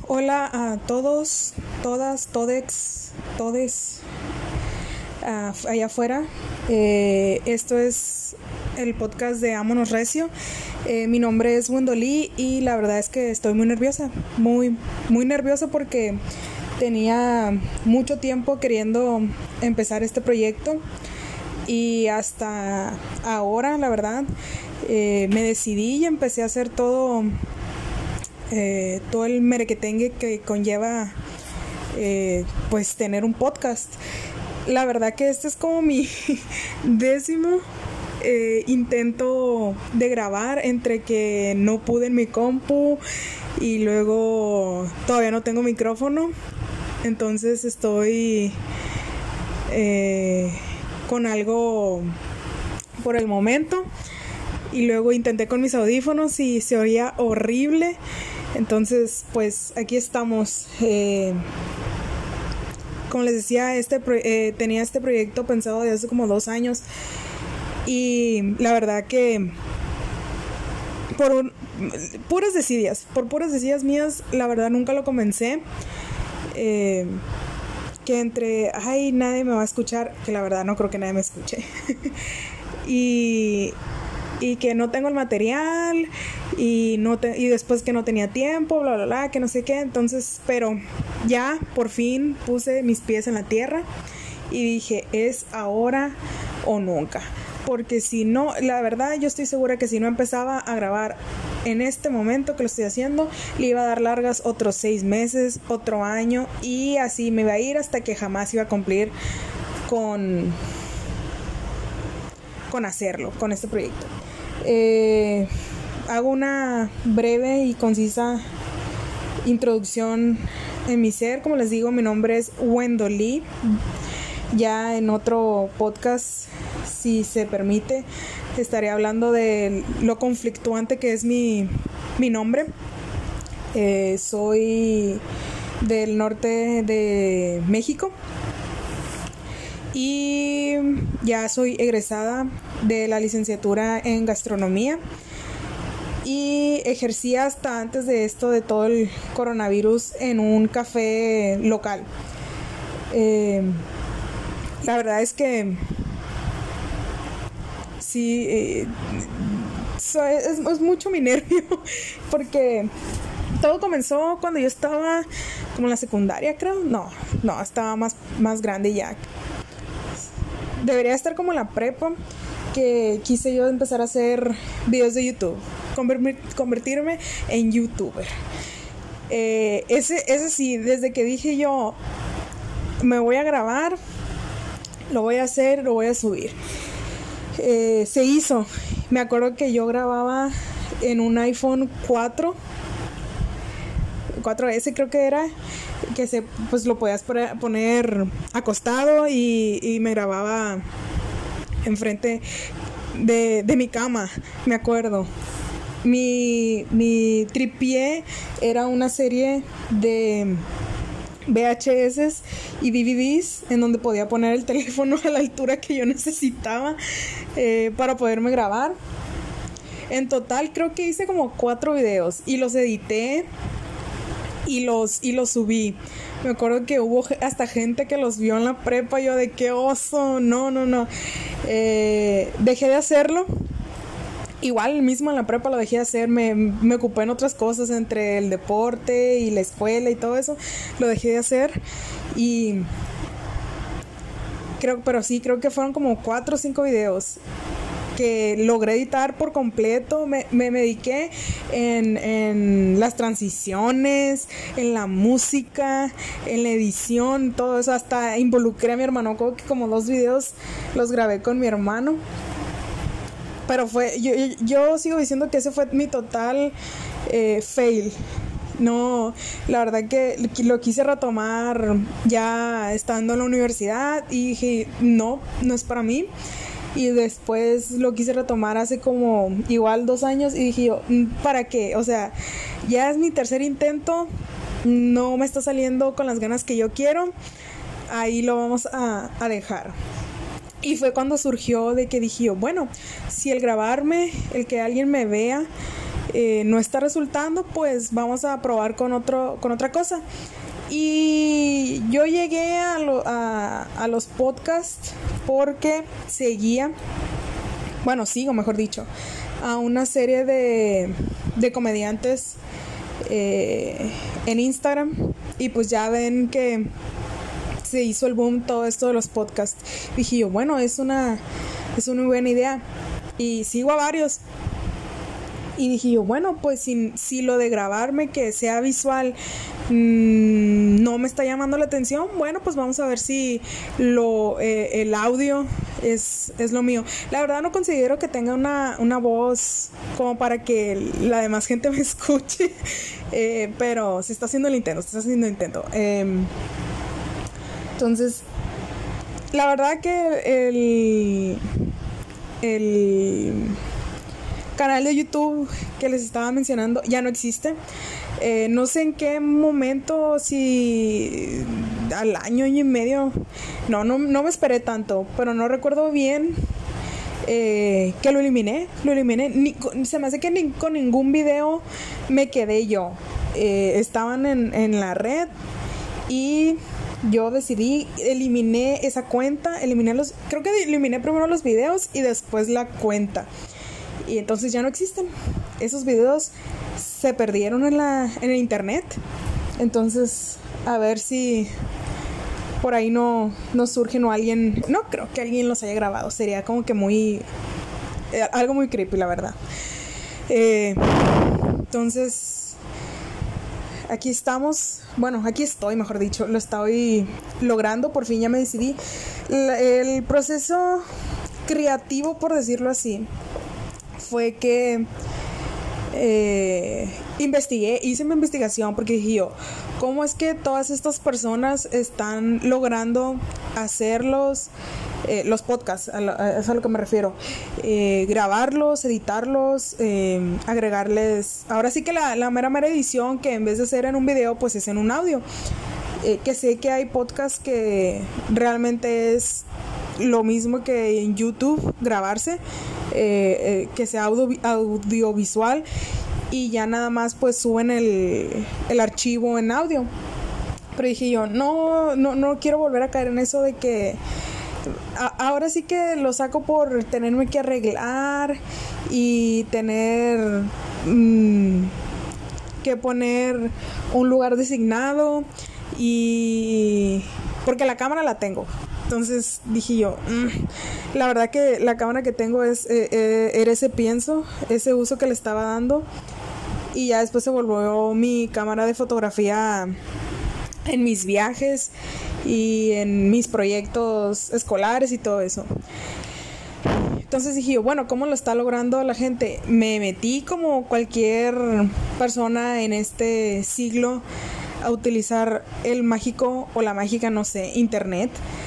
Hola a todos, todas, todes allá afuera. Esto es el podcast de Ámonos Recio. Mi nombre es Wendolí y la verdad es que estoy muy nerviosa, muy nerviosa porque tenía mucho tiempo queriendo empezar este proyecto y hasta ahora, la verdad, me decidí y empecé a hacer todo el merequetengue que conlleva pues tener un podcast. La verdad que este es como mi 10º intento de grabar, entre que no pude en mi compu y luego todavía no tengo micrófono, entonces estoy con algo por el momento. Y luego intenté con mis audífonos y se oía horrible. Entonces, pues aquí estamos. Como les decía, tenía este proyecto pensado de hace como 2 años. Y la verdad que por puras desidias mías, la verdad nunca lo comencé. Que entre, nadie me va a escuchar, que la verdad no creo que nadie me escuche. y que no tengo el material y después que no tenía tiempo, bla bla bla, que no sé qué. Entonces, pero ya por fin puse mis pies en la tierra y dije, es ahora o nunca, porque si no, la verdad yo estoy segura que si no empezaba a grabar en este momento que lo estoy haciendo, le iba a dar largas otros 6 meses, otro año, y así me iba a ir hasta que jamás iba a cumplir con hacerlo, con este proyecto. Hago una breve y concisa introducción en mi ser. Como les digo, mi nombre es Wendolí. Ya en otro podcast, si se permite, estaré hablando de lo conflictuante que es mi nombre. Soy del norte de México y ya soy egresada de la licenciatura en gastronomía y ejercí hasta antes de esto, de todo el coronavirus, en un café local. La verdad es que sí, es mucho mi nervio porque todo comenzó cuando yo estaba como en la secundaria, creo. No, estaba más grande ya. Debería estar como en la prepa, que quise yo empezar a hacer videos de YouTube, convertirme en youtuber. Ese sí, desde que dije yo, me voy a grabar, lo voy a hacer, lo voy a subir. Se hizo. Me acuerdo que yo grababa en un iPhone 4S creo que era, que pues lo podías poner acostado y me grababa enfrente de mi cama, me acuerdo. Mi tripié era una serie de VHS y DVDs en donde podía poner el teléfono a la altura que yo necesitaba para poderme grabar. En total creo que hice como 4 videos y los edité y los subí. Me acuerdo que hubo hasta gente que los vio en la prepa. Yo de qué oso, no. Dejé de hacerlo. Igual mismo en la prepa lo dejé de hacer. Me ocupé en otras cosas, entre el deporte y la escuela y todo eso. Lo dejé de hacer. Y creo que fueron como 4 o 5 videos que logré editar por completo. Me dediqué en las transiciones, en la música, en la edición, todo eso. Hasta involucré a mi hermano, como 2 videos los grabé con mi hermano. Pero yo sigo diciendo que ese fue mi total fail. No, la verdad que lo quise retomar ya estando en la universidad y dije, no es para mí. Y después lo quise retomar hace como igual 2 años y dije yo, ¿para qué? O sea, ya es mi 3er intento, no me está saliendo con las ganas que yo quiero, ahí lo vamos a dejar. Y fue cuando surgió de que dije yo, bueno, si el grabarme, el que alguien me vea, no está resultando, pues vamos a probar con otra cosa. Y yo llegué a los podcasts porque sigo, mejor dicho, a una serie de comediantes en Instagram, y pues ya ven que se hizo el boom todo esto de los podcasts. Dije yo, bueno, es una buena idea, y sigo a varios. Y dije yo, bueno, pues si lo de grabarme, que sea visual, no me está llamando la atención, bueno, pues vamos a ver si el audio es lo mío. La verdad no considero que tenga una voz como para que la demás gente me escuche, pero se está haciendo el intento. Entonces, la verdad que el canal de YouTube que les estaba mencionando ya no existe. No sé en qué momento, si al año y medio, no me esperé tanto, pero no recuerdo bien que lo eliminé. Se me hace que ni con ningún video me quedé yo. Estaban en la red y yo decidí, eliminé esa cuenta, creo que eliminé primero los videos y después la cuenta. Y entonces ya no existen. Esos videos se perdieron en el internet. Entonces, a ver si por ahí no surgen, o alguien, no creo que alguien los haya grabado. Sería como que algo muy creepy, la verdad. Entonces, aquí estamos. Bueno, aquí estoy, mejor dicho. Lo estoy logrando. Por fin ya me decidí. El proceso creativo, por decirlo así, fue que hice mi investigación, porque dije yo, ¿cómo es que todas estas personas están logrando hacer los podcasts? Eso es a lo que me refiero. Grabarlos, editarlos, agregarles, ahora sí que la mera edición, que en vez de ser en un video, pues es en un audio. Que sé que hay podcasts que realmente es lo mismo que en YouTube, grabarse, que sea audiovisual, y ya nada más pues suben el archivo en audio. Pero dije yo, no quiero volver a caer en eso de que ahora sí que lo saco por tenerme que arreglar y tener que poner un lugar designado, y porque la cámara la tengo. Entonces dije yo, la verdad que la cámara que tengo era ese uso que le estaba dando, y ya después se volvió mi cámara de fotografía en mis viajes y en mis proyectos escolares y todo eso. Entonces dije yo, bueno, ¿cómo lo está logrando la gente? Me metí como cualquier persona en este siglo a utilizar el mágico o la mágica, no sé, internet.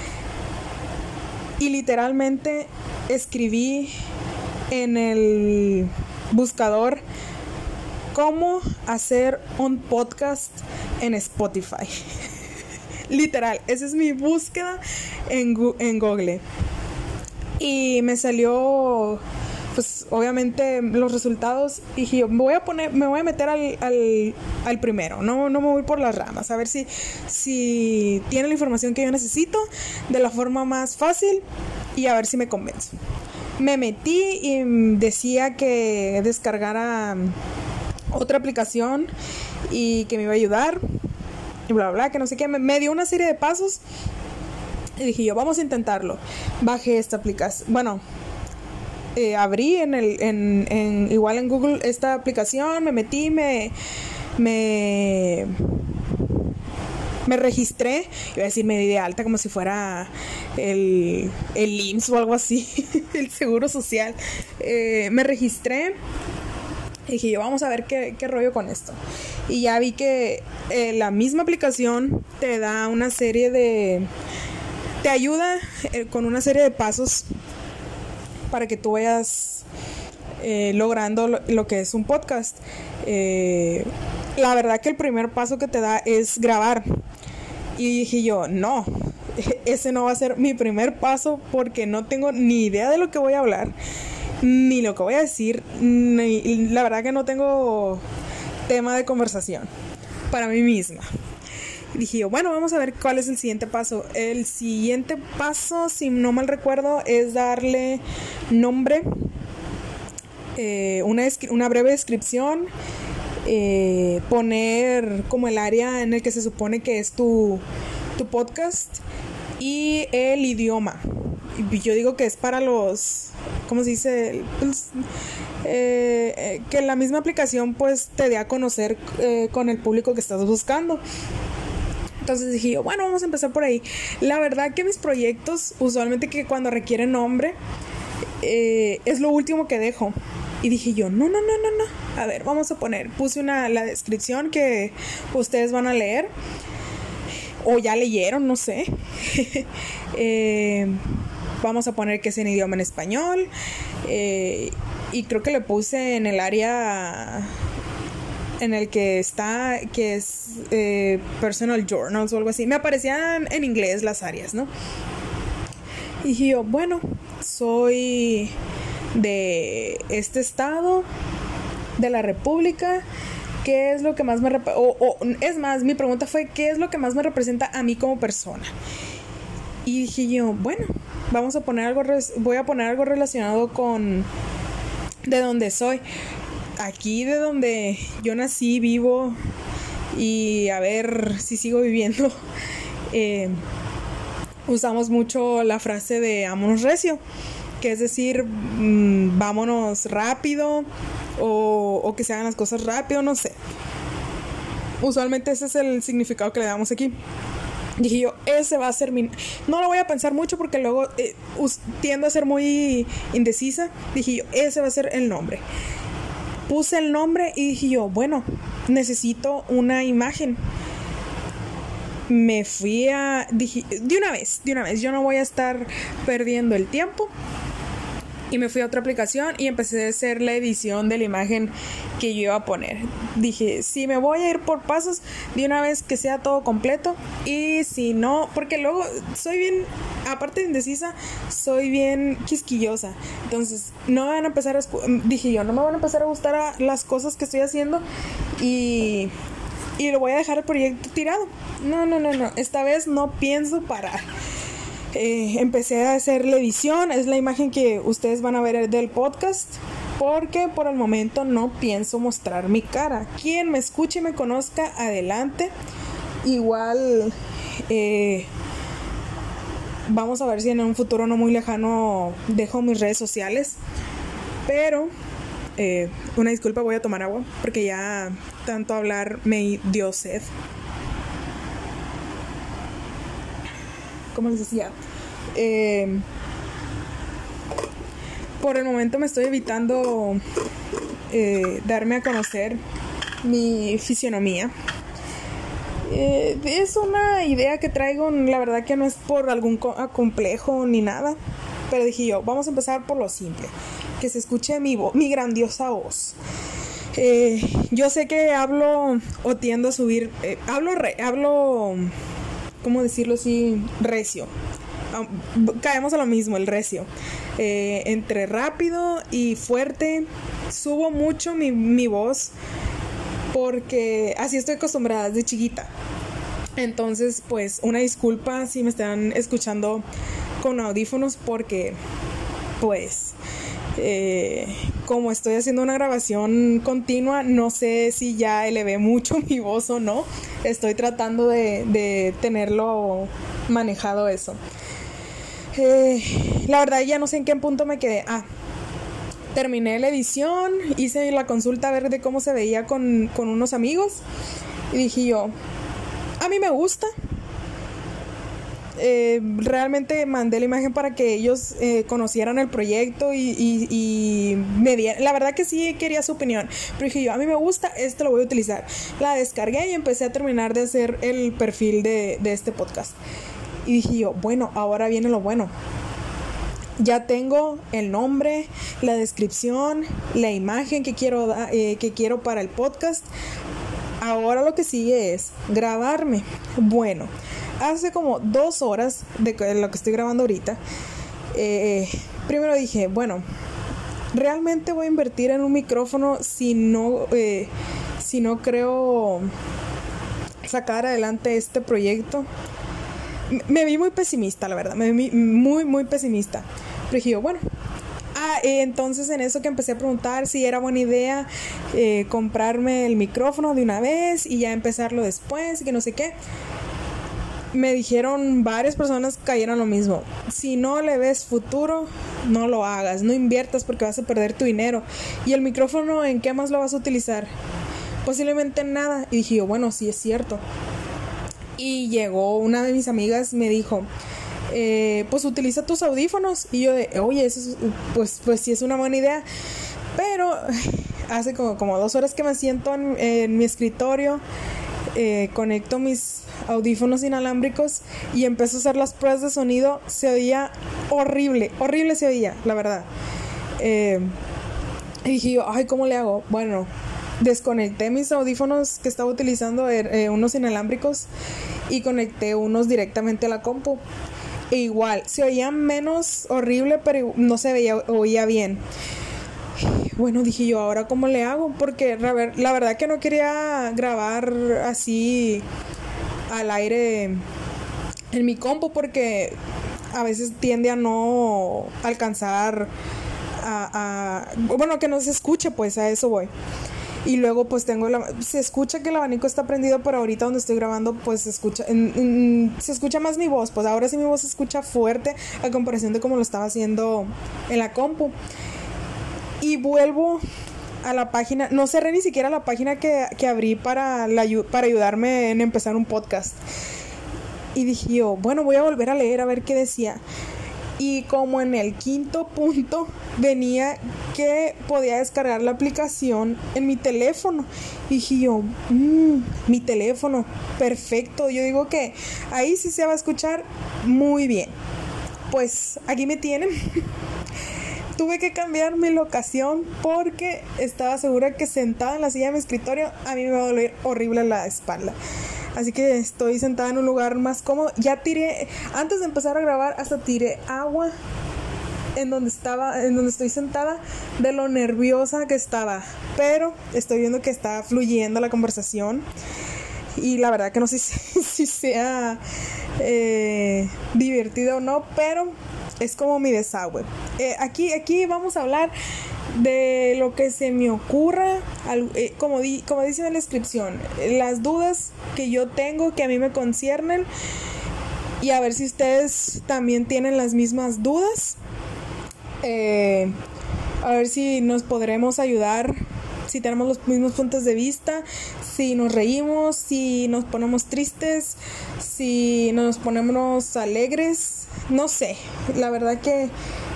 Y literalmente escribí en el buscador cómo hacer un podcast en Spotify. Literal, esa es mi búsqueda en Google. Y me salió, pues obviamente, los resultados. Y dije yo, me voy a meter al primero, no me voy por las ramas, a ver si tiene la información que yo necesito de la forma más fácil, y a ver si me convenzo. Me metí y decía que descargara otra aplicación y que me iba a ayudar y bla bla, que no sé qué. Me dio una serie de pasos y dije yo, vamos a intentarlo. Bajé esta aplicación, bueno, abrí igual en Google esta aplicación, me metí, me registré, iba a decir me di de alta como si fuera el IMSS o algo así, el Seguro Social. Me registré y dije yo, vamos a ver qué rollo con esto. Y ya vi que la misma aplicación te da una serie te ayuda con una serie de pasos para que tú vayas logrando lo que es un podcast. La verdad que el primer paso que te da es grabar. Y dije yo, no, ese no va a ser mi primer paso, porque no tengo ni idea de lo que voy a hablar. ni lo que voy a decir, ni, la verdad que no tengo tema de conversación para mí misma. Y dije yo, bueno, vamos a ver cuál es el siguiente paso. El siguiente paso, si no mal recuerdo, es darle nombre, una breve descripción, poner como el área en el que se supone que es tu podcast y el idioma. Y yo digo que es para los, ¿cómo se dice? Pues, que la misma aplicación pues te dé a conocer con el público que estás buscando. Entonces dije yo, bueno, vamos a empezar por ahí. La verdad que mis proyectos, usualmente que cuando requieren nombre, es lo último que dejo. Y dije yo, no. A ver, vamos a poner, puse la descripción que ustedes van a leer. O ya leyeron, no sé. Vamos a poner que es en idioma en español. Y creo que le puse en el área en el que está, que es personal journals o algo así. Me aparecían en inglés las áreas, ¿no? Y dije yo, bueno, soy de este estado, de la República. ¿Qué es lo que más me es más, mi pregunta fue, ¿qué es lo que más me representa a mí como persona? Y dije yo, bueno, voy a poner algo relacionado con de donde soy. Aquí de donde yo nací, vivo y a ver si sigo viviendo. Usamos mucho la frase de vámonos recio, que es decir, vámonos rápido o que se hagan las cosas rápido, no sé. Usualmente ese es el significado que le damos aquí. Dije yo, ese va a ser mi... No lo voy a pensar mucho porque luego tiendo a ser muy indecisa. Dije yo, ese va a ser el nombre. Puse el nombre y dije yo, bueno, necesito una imagen. Me fui dije, de una vez, yo no voy a estar perdiendo el tiempo. Y me fui a otra aplicación y empecé a hacer la edición de la imagen que yo iba a poner. Dije, si me voy a ir por pasos, de una vez que sea todo completo. Y si no, porque luego soy bien, aparte de indecisa, soy bien quisquillosa. Entonces, no me van a empezar dije yo, no me van a empezar a gustar las cosas que estoy haciendo y lo voy a dejar el proyecto tirado. No. Esta vez no pienso parar. Empecé a hacer la edición, es la imagen que ustedes van a ver del podcast, porque por el momento no pienso mostrar mi cara. Quien me escuche y me conozca, adelante. Igual vamos a ver si en un futuro no muy lejano dejo mis redes sociales, pero una disculpa, voy a tomar agua porque ya tanto hablar me dio sed. Como les decía, por el momento me estoy evitando darme a conocer mi fisionomía. Es una idea que traigo, la verdad que no es por algún complejo ni nada, pero dije yo, vamos a empezar por lo simple, que se escuche mi grandiosa voz. Yo sé que hablo o tiendo a subir, hablo ¿cómo decirlo así? Recio. Caemos a lo mismo, el recio. Entre rápido y fuerte. Subo mucho mi voz porque así estoy acostumbrada desde chiquita. Entonces, pues, una disculpa si me están escuchando con audífonos porque, pues, como estoy haciendo una grabación continua, no sé si ya elevé mucho mi voz o no. Estoy tratando de tenerlo manejado eso. La verdad ya no sé en qué punto me quedé. Terminé la edición, hice la consulta a ver de cómo se veía con unos amigos y dije yo, a mí me gusta. Realmente mandé la imagen para que ellos conocieran el proyecto y me dieran. La verdad que sí quería su opinión, pero dije yo, a mí me gusta, lo voy a utilizar. La descargué y empecé a terminar de hacer el perfil de este podcast. Y dije yo, bueno, ahora viene lo bueno. Ya tengo el nombre, la descripción, la imagen que quiero para el podcast. Ahora lo que sigue es grabarme. Bueno, hace como 2 horas de lo que estoy grabando ahorita, primero dije, bueno, ¿realmente voy a invertir en un micrófono si no creo sacar adelante este proyecto? Me vi muy pesimista, la verdad, me vi muy, muy pesimista. Pero dije yo, bueno, entonces en eso que empecé a preguntar si era buena idea comprarme el micrófono de una vez y ya empezarlo después y que no sé qué. Me dijeron, varias personas cayeron lo mismo: si no le ves futuro, no lo hagas, no inviertas porque vas a perder tu dinero. ¿Y el micrófono en qué más lo vas a utilizar? Posiblemente en nada. Y dije yo, bueno, sí es cierto. Y llegó una de mis amigas, me dijo, pues utiliza tus audífonos. Y yo oye, eso pues sí es una buena idea. Pero hace como 2 horas que me siento en mi escritorio, conecto mis audífonos inalámbricos y empecé a hacer las pruebas de sonido. Se oía horrible se oía, la verdad. Y dije yo, ay, ¿cómo le hago? Bueno, desconecté mis audífonos que estaba utilizando, unos inalámbricos, y conecté unos directamente a la compu. E igual, se oía menos horrible, pero no se oía bien. Bueno, dije yo, ¿ahora cómo le hago? Porque la verdad que no quería grabar así al aire en mi compu, porque a veces tiende a no alcanzar bueno, que no se escuche, pues a eso voy. Y luego pues se escucha que el abanico está prendido, pero ahorita donde estoy grabando pues se escucha más mi voz. Pues ahora sí mi voz se escucha fuerte a comparación de como lo estaba haciendo en la compu. Y vuelvo a la página, no cerré ni siquiera la página que abrí para ayudarme en empezar un podcast. Y dije yo, bueno, voy a volver a leer a ver qué decía. Y como en el 5º punto venía que podía descargar la aplicación en mi teléfono. Y dije yo, mi teléfono, perfecto. Yo digo que ahí sí se va a escuchar muy bien. Pues aquí me tienen. Tuve que cambiar mi locación porque estaba segura que sentada en la silla de mi escritorio a mí me va a doler horrible la espalda. Así que estoy sentada en un lugar más cómodo. Ya tiré, antes de empezar a grabar, hasta tiré agua en donde estoy sentada, de lo nerviosa que estaba. Pero estoy viendo que está fluyendo la conversación. Y la verdad que no sé si sea divertido o no, pero es como mi desagüe. Aquí vamos a hablar de lo que se me ocurra, como dice en la descripción, las dudas que yo tengo, que a mí me conciernen, y a ver si ustedes también tienen las mismas dudas. A ver si nos podremos ayudar, si tenemos los mismos puntos de vista, si nos reímos, si nos ponemos tristes, si nos ponemos alegres, no sé. La verdad que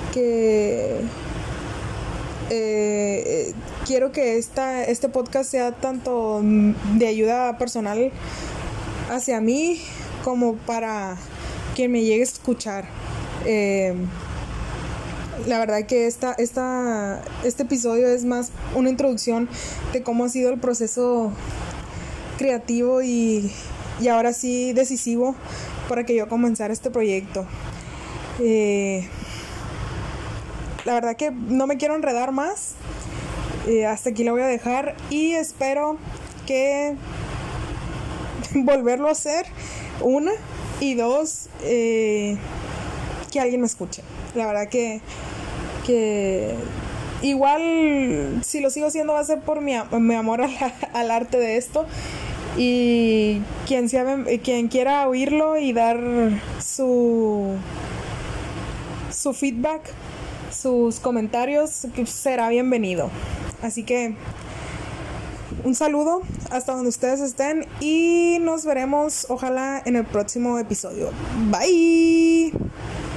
quiero que este podcast sea tanto de ayuda personal hacia mí como para quien me llegue a escuchar. La verdad que este episodio es más una introducción de cómo ha sido el proceso creativo y ahora sí decisivo para que yo comenzara este proyecto. La verdad que no me quiero enredar más. Hasta aquí lo voy a dejar y espero que volverlo a hacer, 1, y 2, que alguien me escuche. La verdad que igual si lo sigo haciendo va a ser por mi amor al arte de esto, y quien quiera oírlo y dar su feedback, sus comentarios, será bienvenido. Así que un saludo hasta donde ustedes estén y nos veremos ojalá en el próximo episodio. Bye.